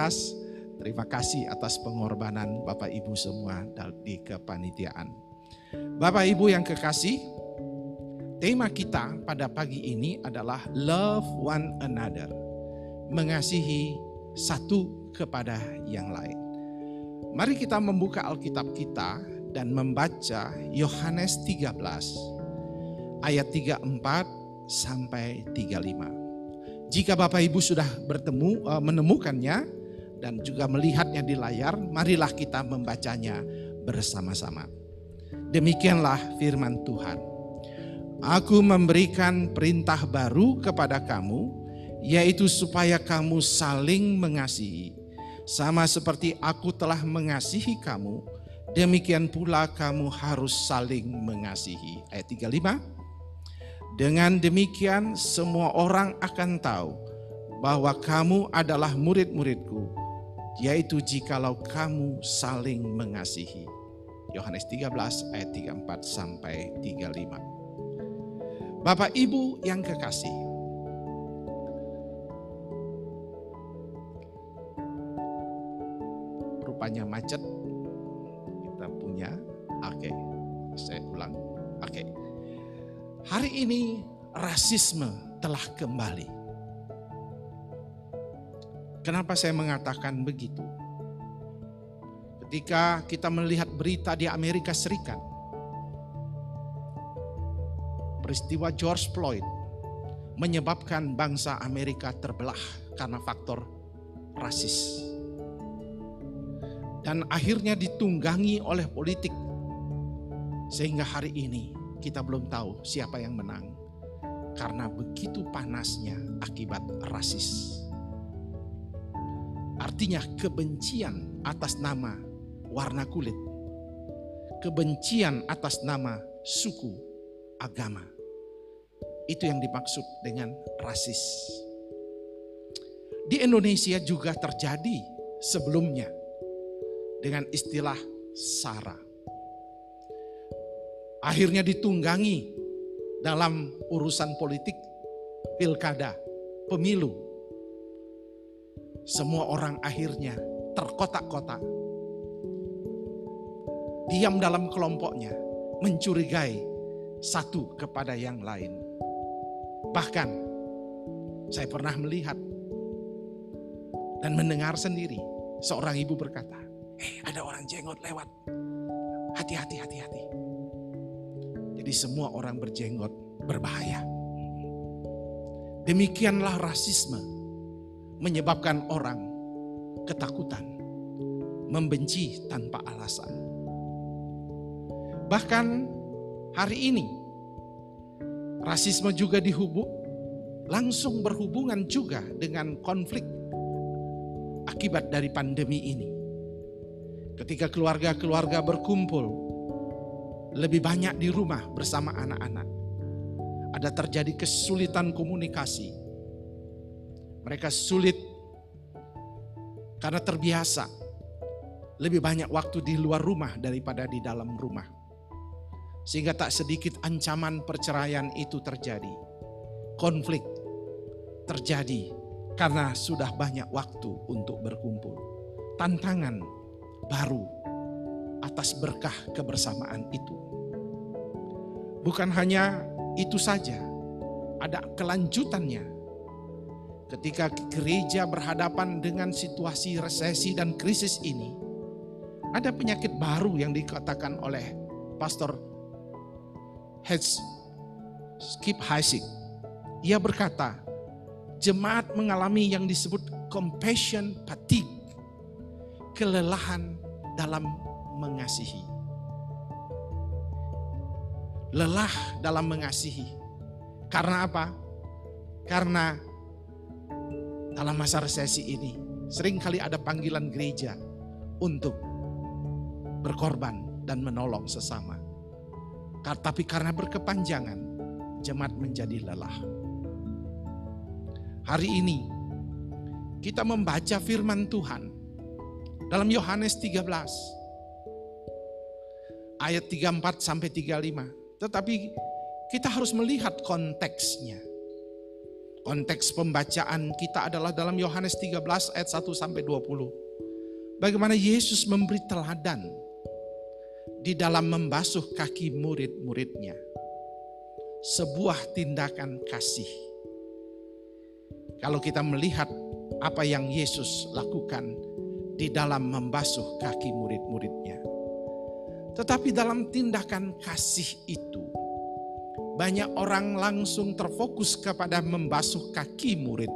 keras. Terima kasih atas pengorbanan Bapak Ibu semua di kepanitiaan. Bapak Ibu yang kekasih, tema kita pada pagi ini adalah love one another. Mengasihi satu kepada yang lain. Mari kita membuka Alkitab kita dan membaca Yohanes 13 ayat 34 sampai 35. Jika Bapak Ibu sudah menemukannya dan juga melihatnya di layar, marilah kita membacanya bersama-sama. Demikianlah firman Tuhan. Aku memberikan perintah baru kepada kamu, yaitu supaya kamu saling mengasihi. Sama seperti aku telah mengasihi kamu, demikian pula kamu harus saling mengasihi. Ayat 35. Dengan demikian semua orang akan tahu bahwa kamu adalah murid-muridku, yaitu jikalau kamu saling mengasihi. Yohanes 13 ayat 34 sampai 35. Bapak Ibu yang kekasih, rupanya macet. Kita punya, oke, saya ulang. Oke. Hari ini rasisme telah kembali. Kenapa saya mengatakan begitu? Ketika kita melihat berita di Amerika Serikat, peristiwa George Floyd menyebabkan bangsa Amerika terbelah karena faktor rasis. Dan akhirnya ditunggangi oleh politik. Sehingga hari ini kita belum tahu siapa yang menang. Karena begitu panasnya akibat rasis. Artinya kebencian atas nama warna kulit. Kebencian atas nama suku, agama. Itu yang dimaksud dengan rasis. Di Indonesia juga terjadi sebelumnya dengan istilah SARA. Akhirnya ditunggangi dalam urusan politik, pilkada, pemilu. Semua orang akhirnya terkotak-kotak. Diam dalam kelompoknya, mencurigai satu kepada yang lain. Bahkan saya pernah melihat dan mendengar sendiri seorang ibu berkata, ada orang jenggot lewat. Hati-hati, hati-hati. Jadi semua orang berjenggot berbahaya. Demikianlah rasisme menyebabkan orang ketakutan, membenci tanpa alasan. Bahkan hari ini rasisme juga langsung berhubungan juga dengan konflik akibat dari pandemi ini. Ketika keluarga-keluarga berkumpul, lebih banyak di rumah bersama anak-anak. Ada terjadi kesulitan komunikasi. Mereka sulit karena terbiasa lebih banyak waktu di luar rumah daripada di dalam rumah. Sehingga tak sedikit ancaman perceraian itu terjadi. Konflik terjadi karena sudah banyak waktu untuk berkumpul. Tantangan baru atas berkah kebersamaan itu. Bukan hanya itu saja, ada kelanjutannya. Ketika gereja berhadapan dengan situasi resesi dan krisis ini, ada penyakit baru yang dikatakan oleh Pastor Skip Heitzig. Ia berkata, jemaat mengalami yang disebut compassion fatigue, kelelahan dalam mengasihi. Lelah dalam mengasihi. Karena apa? Karena dalam masa resesi ini seringkali ada panggilan gereja untuk berkorban dan menolong sesama. Tapi karena berkepanjangan, jemaat menjadi lelah. Hari ini kita membaca firman Tuhan dalam Yohanes 13 ayat 34 sampai 35. Tetapi kita harus melihat konteksnya. Konteks pembacaan kita adalah dalam Yohanes 13 ayat 1 sampai 20. Bagaimana Yesus memberi teladan di dalam membasuh kaki murid-muridnya. Sebuah tindakan kasih. Kalau kita melihat apa yang Yesus lakukan di dalam membasuh kaki murid-muridnya. Tetapi dalam tindakan kasih itu, banyak orang langsung terfokus kepada membasuh kaki murid.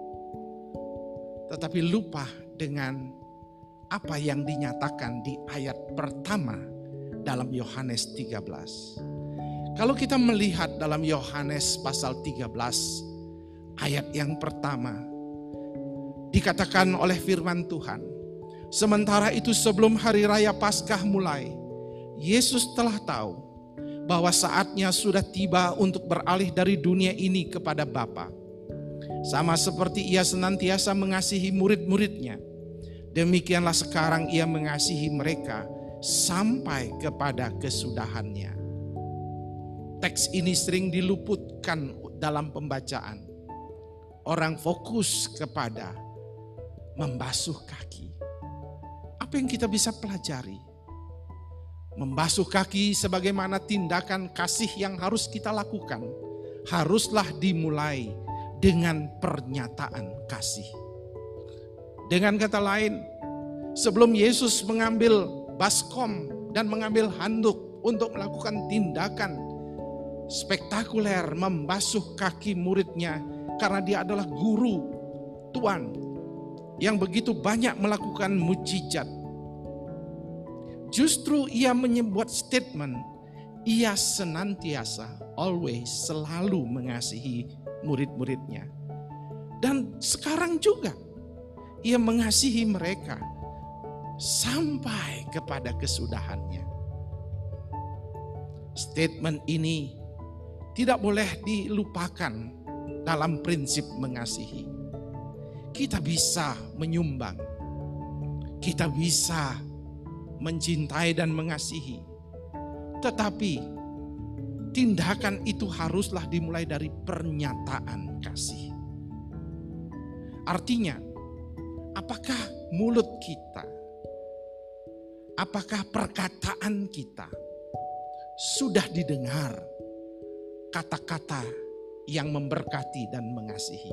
Tetapi lupa dengan apa yang dinyatakan di ayat pertama dalam Yohanes 13. Kalau kita melihat dalam Yohanes pasal 13 ayat yang pertama, dikatakan oleh firman Tuhan, sementara itu sebelum hari raya Paskah mulai, Yesus telah tahu bahwa saatnya sudah tiba untuk beralih dari dunia ini kepada Bapa. Sama seperti ia senantiasa mengasihi murid-muridnya, demikianlah sekarang ia mengasihi mereka sampai kepada kesudahannya. Teks ini sering diluputkan dalam pembacaan. Orang fokus kepada membasuh kaki. Apa yang kita bisa pelajari? Membasuh kaki sebagaimana tindakan kasih yang harus kita lakukan, haruslah dimulai dengan pernyataan kasih. Dengan kata lain, sebelum Yesus mengambil baskom dan mengambil handuk untuk melakukan tindakan spektakuler membasuh kaki muridnya, karena dia adalah guru Tuhan yang begitu banyak melakukan mujizat. Justru ia membuat statement, ia senantiasa, always, selalu mengasihi murid-muridnya. Dan sekarang juga, ia mengasihi mereka sampai kepada kesudahannya. Statement ini tidak boleh dilupakan dalam prinsip mengasihi. Kita bisa menyumbang, kita bisa mencintai dan mengasihi. Tetapi tindakan itu haruslah dimulai dari pernyataan kasih. Artinya, apakah mulut kita, apakah perkataan kita sudah didengar kata-kata yang memberkati dan mengasihi?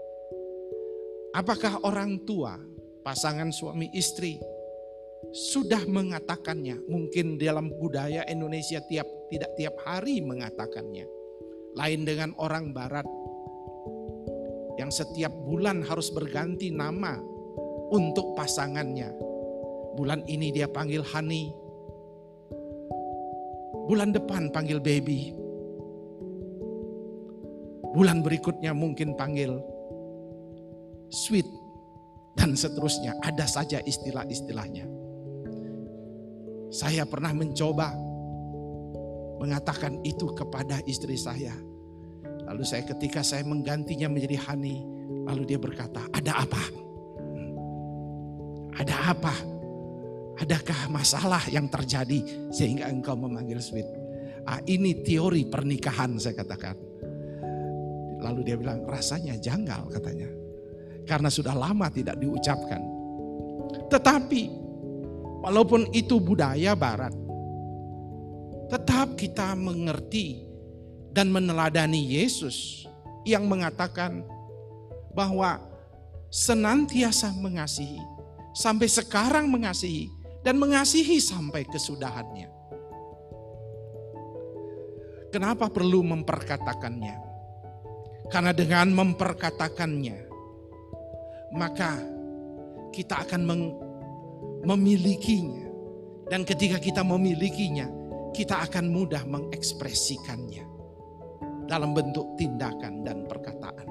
Apakah orang tua, pasangan suami istri sudah mengatakannya? Mungkin dalam budaya Indonesia tidak tiap hari mengatakannya. Lain dengan orang barat yang setiap bulan harus berganti nama untuk pasangannya. Bulan ini dia panggil honey, bulan depan panggil baby, bulan berikutnya mungkin panggil sweet, dan seterusnya. Ada saja istilah-istilahnya. Saya pernah mencoba mengatakan itu kepada istri saya. Lalu ketika saya menggantinya menjadi honey, lalu dia berkata, ada apa? Ada apa? Adakah masalah yang terjadi sehingga engkau memanggil sweet? Ini teori pernikahan, saya katakan. Lalu dia bilang, rasanya janggal katanya. Karena sudah lama tidak diucapkan. Tetapi walaupun itu budaya barat, tetap kita mengerti dan meneladani Yesus yang mengatakan bahwa senantiasa mengasihi, sampai sekarang mengasihi, dan mengasihi sampai kesudahannya. Kenapa perlu memperkatakannya? Karena dengan memperkatakannya, maka kita akan memilikinya. Dan ketika kita memilikinya, kita akan mudah mengekspresikannya dalam bentuk tindakan dan perkataan.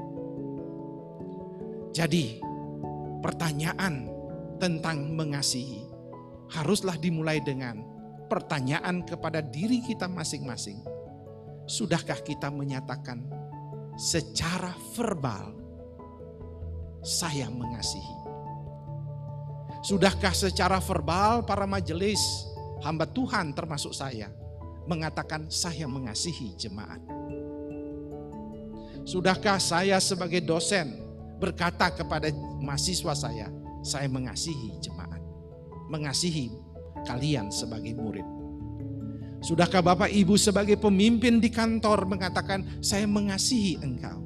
Jadi, pertanyaan tentang mengasihi haruslah dimulai dengan pertanyaan kepada diri kita masing-masing. Sudahkah kita menyatakan secara verbal, saya mengasihi? Sudahkah secara verbal para majelis, hamba Tuhan termasuk saya, mengatakan saya mengasihi jemaat? Sudahkah saya sebagai dosen berkata kepada mahasiswa saya mengasihi jemaat, mengasihi kalian sebagai murid? Sudahkah Bapak Ibu sebagai pemimpin di kantor mengatakan, saya mengasihi engkau?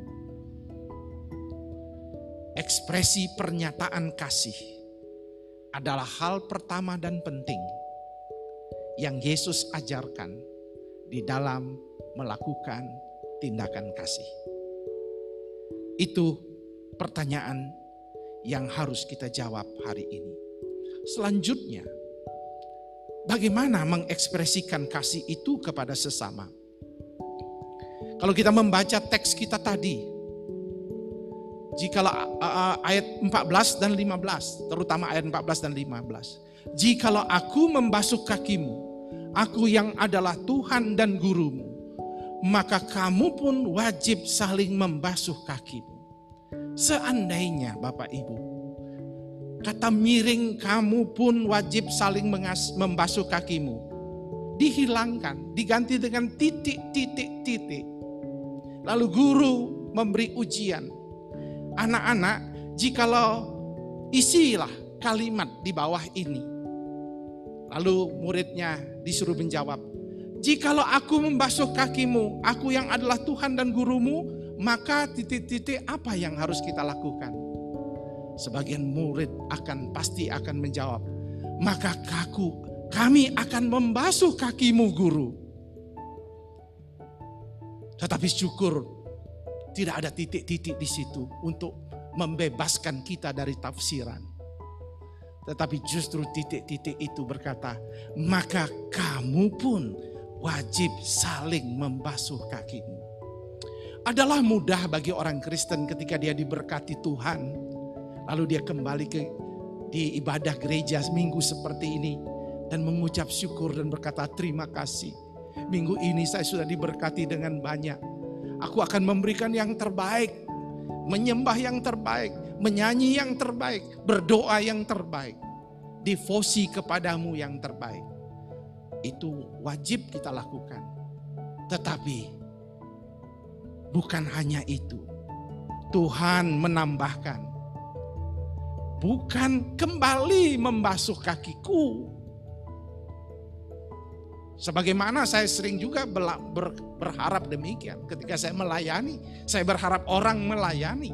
Ekspresi pernyataan kasih adalah hal pertama dan penting yang Yesus ajarkan di dalam melakukan tindakan kasih. Itu pertanyaan yang harus kita jawab hari ini. Selanjutnya, bagaimana mengekspresikan kasih itu kepada sesama? Kalau kita membaca teks kita tadi, jikalau ayat 14 dan 15, terutama ayat 14 dan 15. Jikalau aku membasuh kakimu, aku yang adalah Tuhan dan gurumu, maka kamu pun wajib saling membasuh kakimu. Seandainya Bapak Ibu, kata miring kamu pun wajib saling membasuh kakimu dihilangkan, diganti dengan titik. Lalu guru memberi ujian. Anak-anak, jikalau isilah kalimat di bawah ini. Lalu muridnya disuruh menjawab, jikalau aku membasuh kakimu, aku yang adalah Tuhan dan gurumu, maka titik-titik apa yang harus kita lakukan? Sebagian murid pasti akan menjawab, maka kami akan membasuh kakimu guru. Tetapi syukur tidak ada titik-titik di situ untuk membebaskan kita dari tafsiran. Tetapi justru titik-titik itu berkata, maka kamu pun wajib saling membasuh kakimu. Adalah mudah bagi orang Kristen ketika dia diberkati Tuhan, lalu dia kembali di ibadah gereja minggu seperti ini dan mengucap syukur dan berkata terima kasih. Minggu ini saya sudah diberkati dengan banyak. Aku akan memberikan yang terbaik, menyembah yang terbaik, menyanyi yang terbaik, berdoa yang terbaik, devosi kepadamu yang terbaik. Itu wajib kita lakukan. Tetapi bukan hanya itu. Tuhan menambahkan, bukan kembali membasuh kakiku. Sebagaimana saya sering juga berharap demikian. Ketika saya melayani, saya berharap orang melayani.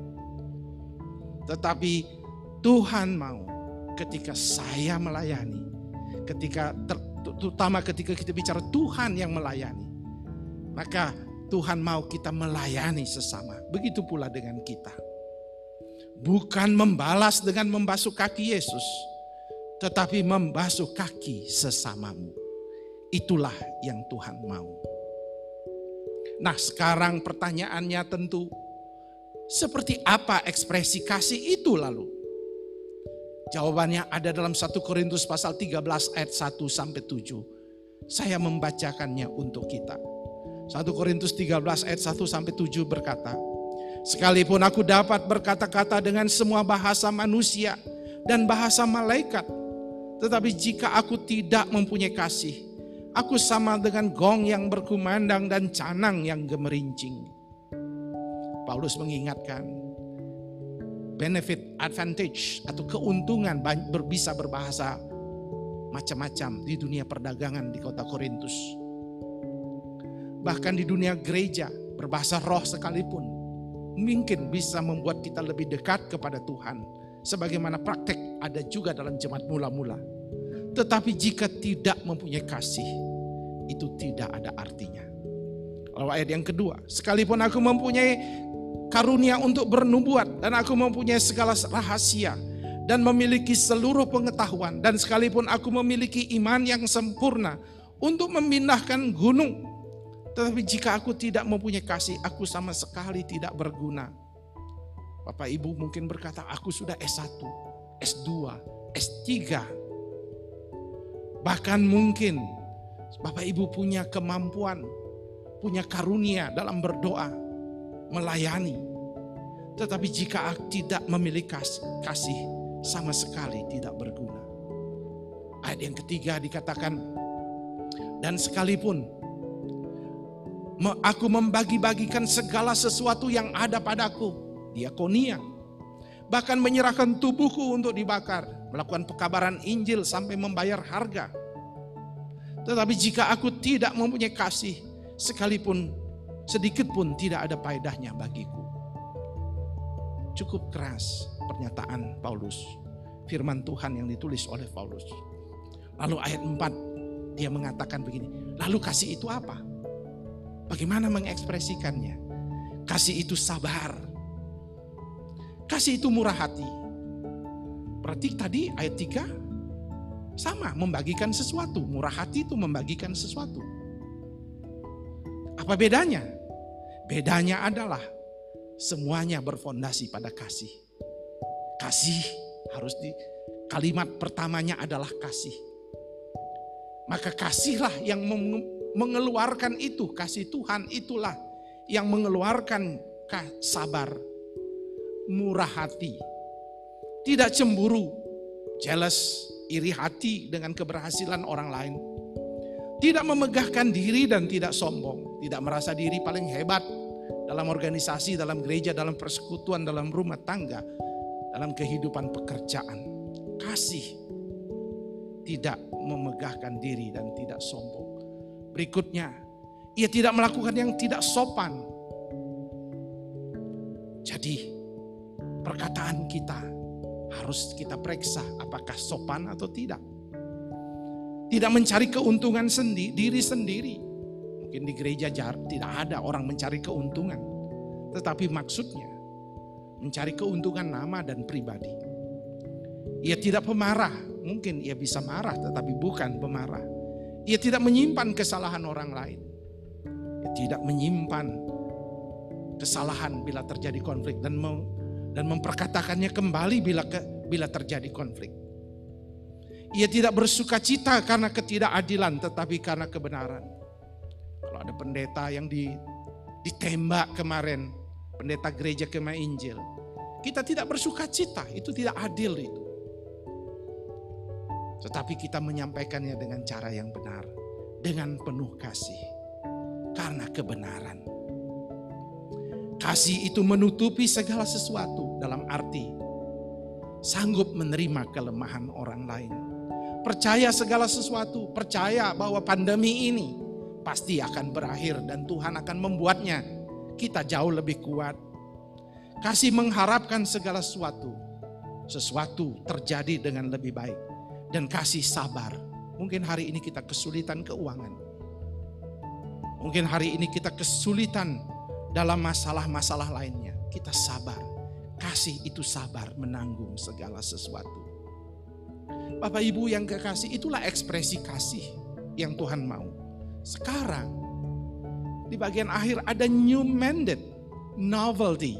Tetapi Tuhan mau ketika saya melayani, terutama ketika kita bicara Tuhan yang melayani, maka Tuhan mau kita melayani sesama. Begitu pula dengan kita. Bukan membalas dengan membasuh kaki Yesus, tetapi membasuh kaki sesamamu. Itulah yang Tuhan mau. Nah, sekarang pertanyaannya tentu, seperti apa ekspresi kasih itu lalu? Jawabannya ada dalam 1 Korintus pasal 13 ayat 1 sampai 7. Saya membacakannya untuk kita. 1 Korintus 13 ayat 1 sampai 7 berkata, sekalipun aku dapat berkata-kata dengan semua bahasa manusia dan bahasa malaikat, tetapi jika aku tidak mempunyai kasih, aku sama dengan gong yang berkumandang dan canang yang gemerincing. Paulus mengingatkan benefit, advantage atau keuntungan bisa berbahasa macam-macam di dunia perdagangan di kota Korintus. Bahkan di dunia gereja, berbahasa roh sekalipun mungkin bisa membuat kita lebih dekat kepada Tuhan. Sebagaimana praktek ada juga dalam jemaat mula-mula. Tetapi jika tidak mempunyai kasih, itu tidak ada artinya. Lalu ayat yang kedua, sekalipun aku mempunyai karunia untuk bernubuat dan aku mempunyai segala rahasia dan memiliki seluruh pengetahuan, dan sekalipun aku memiliki iman yang sempurna untuk memindahkan gunung, tetapi jika aku tidak mempunyai kasih, aku sama sekali tidak berguna. Bapak Ibu mungkin berkata, aku sudah S1, S2, S3. Bahkan mungkin Bapak Ibu punya kemampuan, punya karunia dalam berdoa, melayani. Tetapi jika tidak memiliki kasih, sama sekali tidak berguna. Ayat yang ketiga dikatakan, dan sekalipun Aku membagi-bagikan segala sesuatu yang ada padaku. Diakonia. Bahkan menyerahkan tubuhku untuk dibakar. Melakukan pekabaran Injil sampai membayar harga. Tetapi jika aku tidak mempunyai kasih, sekalipun sedikit pun tidak ada faedahnya bagiku. Cukup keras pernyataan Paulus. Firman Tuhan yang ditulis oleh Paulus. Lalu ayat 4 dia mengatakan begini. Lalu kasih itu apa? Bagaimana mengekspresikannya? Kasih itu sabar. Kasih itu murah hati. Berarti tadi ayat 3 sama, membagikan sesuatu. Murah hati itu membagikan sesuatu. Apa bedanya? Bedanya adalah semuanya berfondasi pada kasih. Kasih harus kalimat pertamanya adalah kasih. Maka kasihlah yang mengeluarkan itu, kasih Tuhan itulah yang mengeluarkan sabar, murah hati, tidak cemburu, jealous, iri hati dengan keberhasilan orang lain, tidak memegahkan diri dan tidak sombong, tidak merasa diri paling hebat dalam organisasi, dalam gereja, dalam persekutuan, dalam rumah tangga, dalam kehidupan pekerjaan. Kasih tidak memegahkan diri dan tidak sombong. Berikutnya, ia tidak melakukan yang tidak sopan. Jadi, perkataan kita harus kita periksa apakah sopan atau tidak. Tidak mencari keuntungan diri sendiri. Mungkin di gereja tidak ada orang mencari keuntungan. Tetapi maksudnya, mencari keuntungan nama dan pribadi. Ia tidak pemarah. Mungkin ia bisa marah tetapi bukan pemarah. Ia tidak menyimpan kesalahan orang lain. Ia tidak menyimpan kesalahan bila terjadi konflik dan memperkatakannya kembali bila terjadi konflik. Ia tidak bersuka cita karena ketidakadilan tetapi karena kebenaran. Kalau ada pendeta yang ditembak kemarin, pendeta gereja Kemah Injil, kita tidak bersuka cita, itu tidak adil itu. Tetapi kita menyampaikannya dengan cara yang benar. Dengan penuh kasih. Karena kebenaran. Kasih itu menutupi segala sesuatu. Dalam arti sanggup menerima kelemahan orang lain. Percaya segala sesuatu. Percaya bahwa pandemi ini pasti akan berakhir. Dan Tuhan akan membuatnya kita jauh lebih kuat. Kasih mengharapkan segala sesuatu. Sesuatu terjadi dengan lebih baik. Dan kasih sabar. Mungkin hari ini kita kesulitan keuangan. Mungkin hari ini kita kesulitan dalam masalah-masalah lainnya. Kita sabar. Kasih itu sabar menanggung segala sesuatu. Bapak Ibu yang kekasih, itulah ekspresi kasih yang Tuhan mau. Sekarang di bagian akhir ada new mandate, novelty.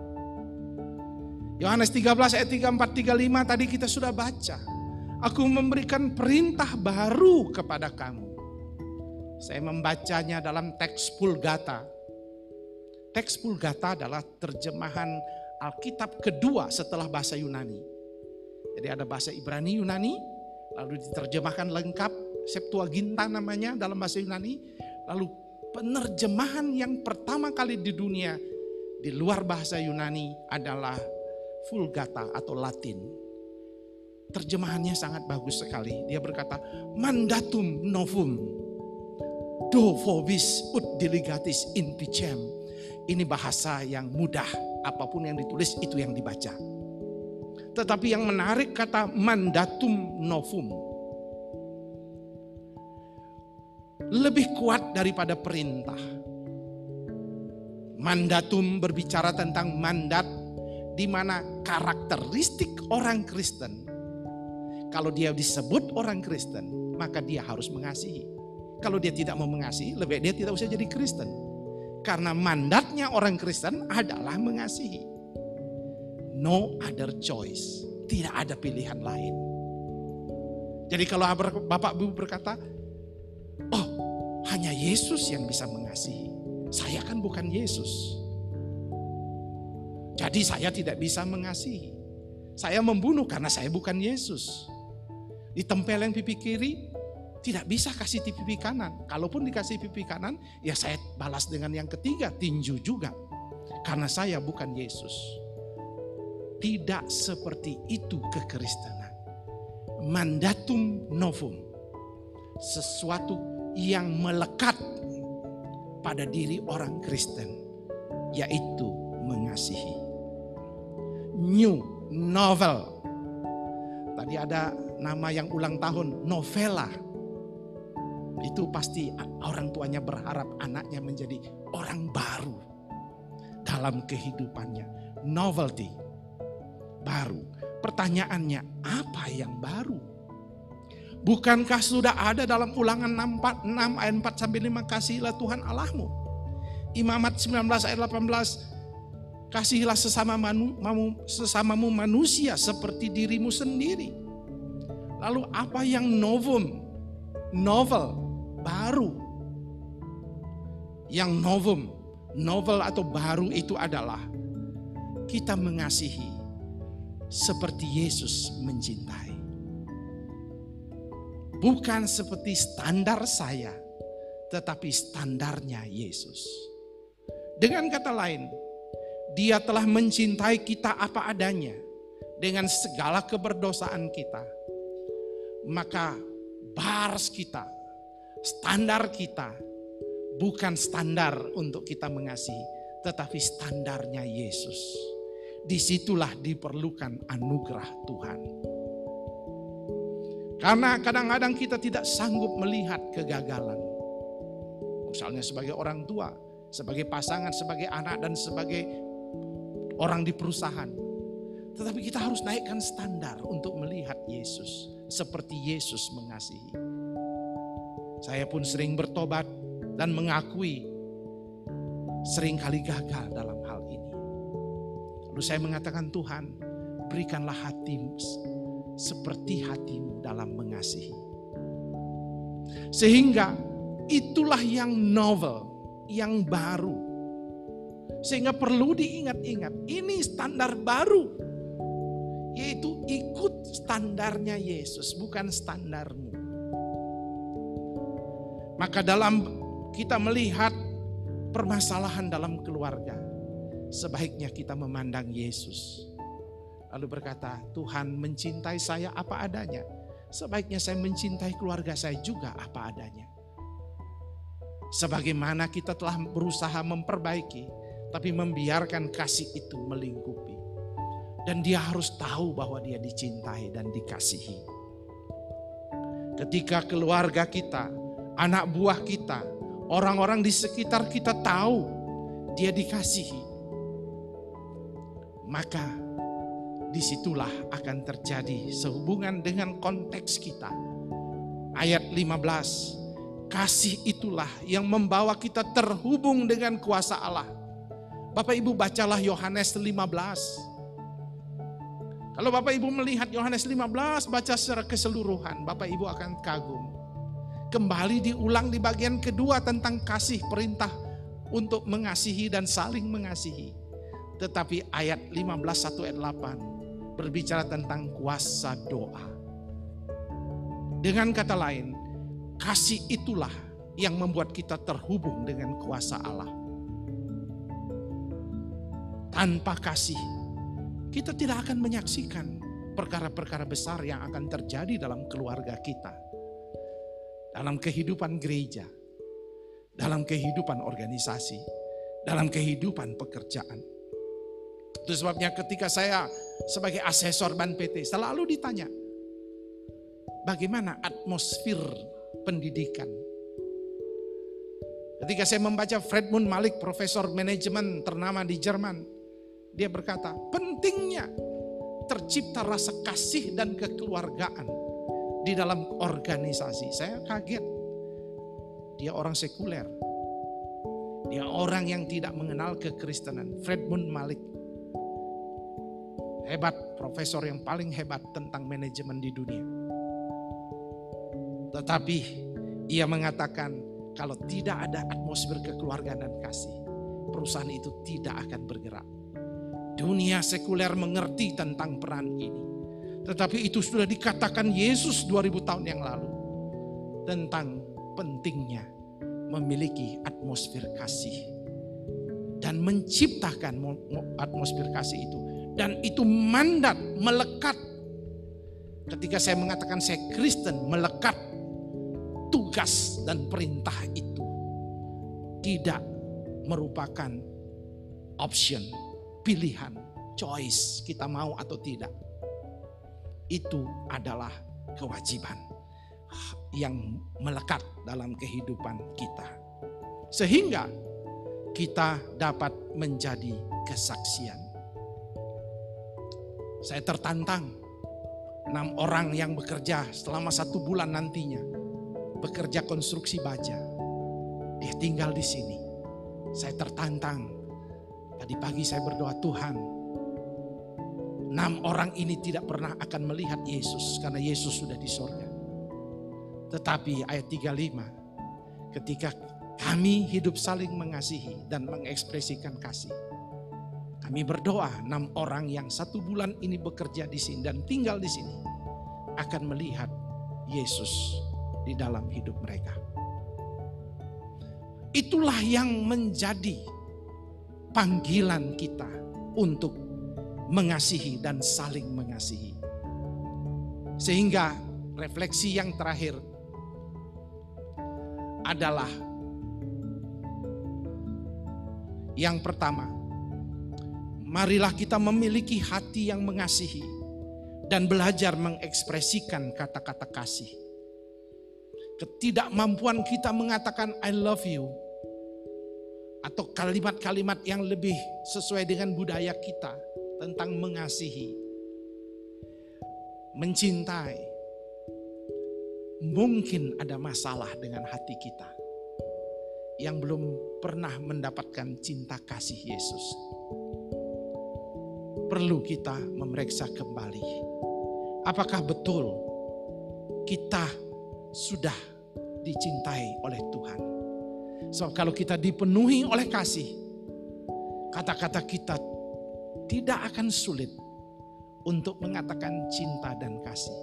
Yohanes 13 ayat 34, 35 tadi kita sudah baca. Aku memberikan perintah baru kepada kamu. Saya membacanya dalam teks Vulgata. Teks Vulgata adalah terjemahan Alkitab kedua setelah bahasa Yunani. Jadi ada bahasa Ibrani, Yunani, lalu diterjemahkan lengkap, Septuaginta namanya dalam bahasa Yunani. Lalu penerjemahan yang pertama kali di dunia di luar bahasa Yunani adalah Vulgata atau Latin. Terjemahannya sangat bagus sekali. Dia berkata, mandatum novum, do vobis ut diligatis in picem. Ini bahasa yang mudah, apapun yang ditulis itu yang dibaca. Tetapi yang menarik kata mandatum novum. Lebih kuat daripada perintah. Mandatum berbicara tentang mandat, di mana karakteristik orang Kristen, kalau dia disebut orang Kristen, maka dia harus mengasihi. Kalau dia tidak mau mengasihi, lebih dia tidak usah jadi Kristen. Karena mandatnya orang Kristen adalah mengasihi. No other choice. Tidak ada pilihan lain. Jadi kalau Bapak Ibu berkata, oh hanya Yesus yang bisa mengasihi. Saya kan bukan Yesus. Jadi saya tidak bisa mengasihi. Saya membunuh karena saya bukan Yesus. Ditempeleng pipi kiri, Tidak bisa kasih pipi kanan. Kalaupun dikasih pipi kanan, ya saya balas dengan yang ketiga, tinju juga. Karena saya bukan Yesus. Tidak seperti itu kekristenan. Mandatum novum. Sesuatu yang melekat pada diri orang Kristen. Yaitu mengasihi. New novel. Tadi ada nama yang ulang tahun, novela. Itu pasti orang tuanya berharap anaknya menjadi orang baru dalam kehidupannya. Novelty, baru. Pertanyaannya, apa yang baru? Bukankah sudah ada dalam Ulangan 6 ayat 4-5, kasihilah Tuhan Allahmu. Imamat 19 ayat 18, kasihilah sesamamu manusia seperti dirimu sendiri. Lalu apa yang novum? Novel, baru. Yang novum, novel atau baru itu adalah kita mengasihi seperti Yesus mencintai. Bukan seperti standar saya, tetapi standarnya Yesus. Dengan kata lain, Dia telah mencintai kita apa adanya dengan segala keberdosaan kita. Maka bars kita, standar kita bukan standar untuk kita mengasihi, tetapi standarnya Yesus. Disitulah diperlukan anugerah Tuhan. Karena kadang-kadang kita tidak sanggup melihat kegagalan. Misalnya sebagai orang tua, sebagai pasangan, sebagai anak, dan sebagai orang di perusahaan. Tetapi kita harus naikkan standar untuk melihat Yesus. Seperti Yesus mengasihi. Saya pun sering bertobat dan mengakui sering kali gagal dalam hal ini. Lalu saya mengatakan, Tuhan, berikanlah hatimu seperti hatimu dalam mengasihi. Sehingga itulah yang novel, yang baru. Sehingga perlu diingat-ingat, ini standar baru. Yaitu ikut standarnya Yesus, bukan standarmu. Maka dalam kita melihat permasalahan dalam keluarga, sebaiknya kita memandang Yesus. Lalu berkata, Tuhan mencintai saya apa adanya. Sebaiknya saya mencintai keluarga saya juga apa adanya. Sebagaimana kita telah berusaha memperbaiki, tapi membiarkan kasih itu melingkupi. Dan dia harus tahu bahwa dia dicintai dan dikasihi. Ketika keluarga kita, anak buah kita, orang-orang di sekitar kita tahu dia dikasihi, maka disitulah akan terjadi sehubungan dengan konteks kita. Ayat 15, kasih itulah yang membawa kita terhubung dengan kuasa Allah. Bapak Ibu bacalah Yohanes 15. Kalau Bapak Ibu melihat Yohanes 15, baca secara keseluruhan, Bapak Ibu akan kagum. Kembali diulang di bagian kedua tentang kasih, perintah untuk mengasihi dan saling mengasihi. Tetapi ayat 15, 1 ayat 8 berbicara tentang kuasa doa. Dengan kata lain, kasih itulah yang membuat kita terhubung dengan kuasa Allah. Tanpa kasih, kita tidak akan menyaksikan perkara-perkara besar yang akan terjadi dalam keluarga kita, dalam kehidupan gereja, dalam kehidupan organisasi, dalam kehidupan pekerjaan. Itu sebabnya ketika saya sebagai asesor Ban PT selalu ditanya, bagaimana atmosfer pendidikan? Ketika saya membaca Fredmund Malik, profesor manajemen ternama di Jerman, dia berkata, pentingnya tercipta rasa kasih dan kekeluargaan di dalam organisasi. Saya kaget. Dia orang sekuler. Dia orang yang tidak mengenal kekristenan. Fredmund Malik. Hebat, profesor yang paling hebat tentang manajemen di dunia. Tetapi ia mengatakan, kalau tidak ada atmosfer kekeluargaan dan kasih, perusahaan itu tidak akan bergerak. Dunia sekuler mengerti tentang peran ini. Tetapi itu sudah dikatakan Yesus 2000 tahun yang lalu. tentang pentingnya memiliki atmosfer kasih dan menciptakan atmosfer kasih itu. Dan itu mandat melekat. Ketika saya mengatakan saya Kristen, melekat tugas dan perintah itu tidak merupakan option, pilihan, choice, kita mau atau tidak. Itu adalah kewajiban yang melekat dalam kehidupan kita. Sehingga kita dapat menjadi kesaksian. Saya tertantang 6 orang yang bekerja selama 1 bulan nantinya. Bekerja konstruksi baja. Dia tinggal di sini. Saya tertantang. Tadi pagi saya berdoa, Tuhan, 6 orang ini tidak pernah akan melihat Yesus karena Yesus sudah di sorga. Tetapi ayat 35, ketika kami hidup saling mengasihi dan mengekspresikan kasih, kami berdoa 6 orang yang 1 bulan ini bekerja di sini dan tinggal di sini akan melihat Yesus di dalam hidup mereka. Itulah yang menjadi panggilan kita untuk mengasihi dan saling mengasihi. Sehingga refleksi yang terakhir adalah yang pertama, marilah kita memiliki hati yang mengasihi dan belajar mengekspresikan kata-kata kasih. Ketidakmampuan kita mengatakan I love you atau kalimat-kalimat yang lebih sesuai dengan budaya kita tentang mengasihi, mencintai, mungkin ada masalah dengan hati kita yang belum pernah mendapatkan cinta kasih Yesus. Perlu kita memeriksa kembali, apakah betul kita sudah dicintai oleh Tuhan. Sebab kalau kita dipenuhi oleh kasih, kata-kata kita tidak akan sulit untuk mengatakan cinta dan kasih.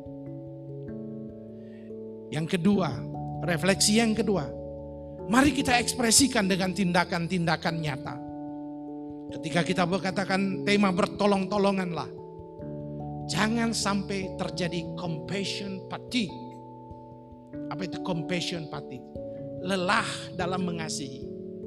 Yang kedua, refleksi yang kedua, mari kita ekspresikan dengan tindakan-tindakan nyata. Ketika kita berkatakan tema bertolong-tolonganlah, jangan sampai terjadi compassion fatigue. Apa itu compassion fatigue? Lelah dalam mengasihi.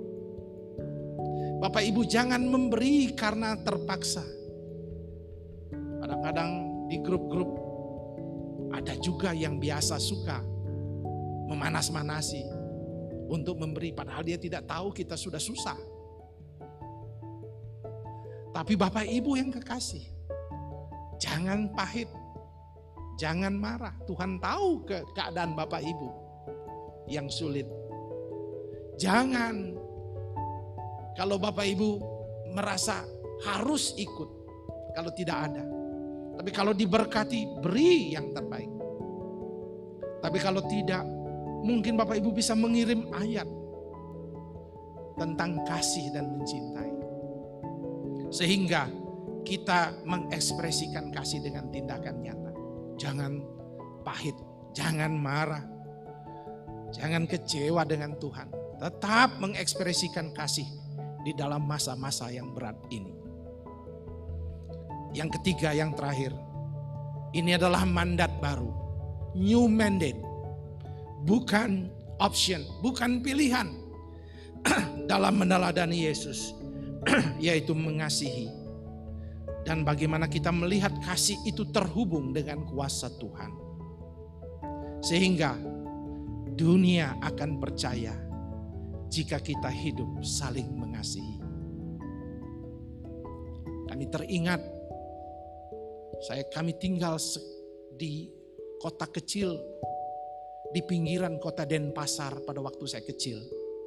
Bapak Ibu, jangan memberi karena terpaksa. Kadang-kadang di grup-grup ada juga yang biasa suka memanas-manasi untuk memberi, padahal dia tidak tahu kita sudah susah. Tapi Bapak Ibu yang kekasih, jangan pahit, jangan marah. Tuhan tahu keadaan Bapak Ibu yang sulit. Jangan, kalau Bapak Ibu merasa harus ikut, kalau tidak ada. Tapi kalau diberkati, beri yang terbaik. Tapi kalau tidak, mungkin Bapak Ibu bisa mengirim ayat tentang kasih dan mencintai. Sehingga kita mengekspresikan kasih dengan tindakan nyata. Jangan pahit, jangan marah, jangan kecewa dengan Tuhan. Tetap mengekspresikan kasih di dalam masa-masa yang berat ini. Yang ketiga, yang terakhir, ini adalah mandat baru. New mandate. Bukan option, bukan pilihan dalam meneladani Yesus, yaitu mengasihi. Dan bagaimana kita melihat kasih itu terhubung dengan kuasa Tuhan. Sehingga dunia akan percaya jika kita hidup saling mengasihi. Kami teringat, kami tinggal di kota kecil di pinggiran kota Denpasar pada waktu saya kecil.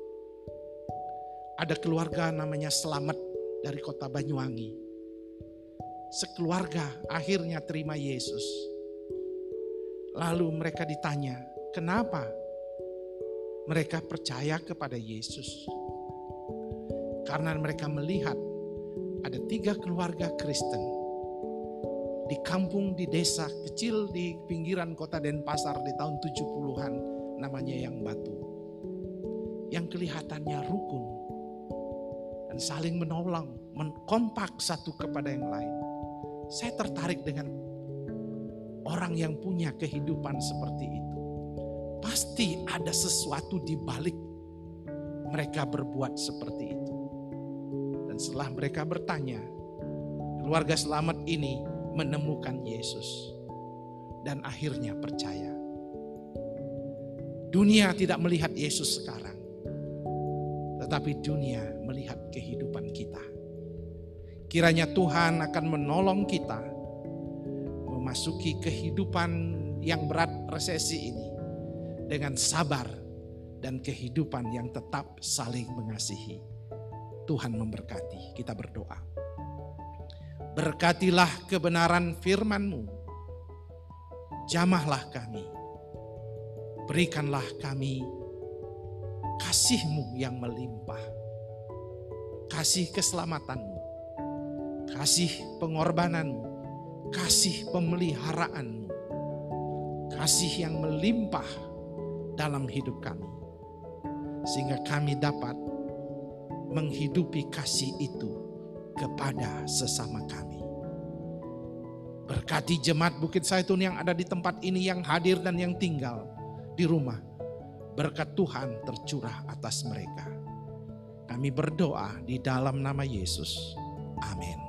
Ada keluarga namanya Selamat dari kota Banyuwangi. Sekeluarga akhirnya terima Yesus. Lalu mereka ditanya, kenapa mereka percaya kepada Yesus? Karena mereka melihat ada 3 keluarga Kristen di kampung, di desa kecil di pinggiran kota Denpasar di tahun 70-an namanya yang batu, yang kelihatannya rukun dan saling menolong, kompak satu kepada yang lain. Saya tertarik dengan orang yang punya kehidupan seperti itu. Pasti ada sesuatu di balik mereka berbuat seperti itu. Dan setelah mereka bertanya, keluarga selamat ini menemukan Yesus dan akhirnya percaya. Dunia tidak melihat Yesus sekarang, tetapi dunia melihat kehidupan kita. Kiranya Tuhan akan menolong kita memasuki kehidupan yang berat resesi ini dengan sabar dan kehidupan yang tetap saling mengasihi. Tuhan memberkati. Kita berdoa. Berkatilah kebenaran firman-Mu. Jamahlah kami. Berikanlah kami kasih-Mu yang melimpah. Kasih keselamatan-Mu. Kasih pengorbanan-Mu. Kasih pemeliharaan-Mu. Kasih yang melimpah dalam hidup kami. Sehingga kami dapat menghidupi kasih itu kepada sesama kami. Berkati jemaat Bukit Zaitun yang ada di tempat ini, yang hadir dan yang tinggal di rumah. Berkat Tuhan tercurah atas mereka. Kami berdoa di dalam nama Yesus. Amin.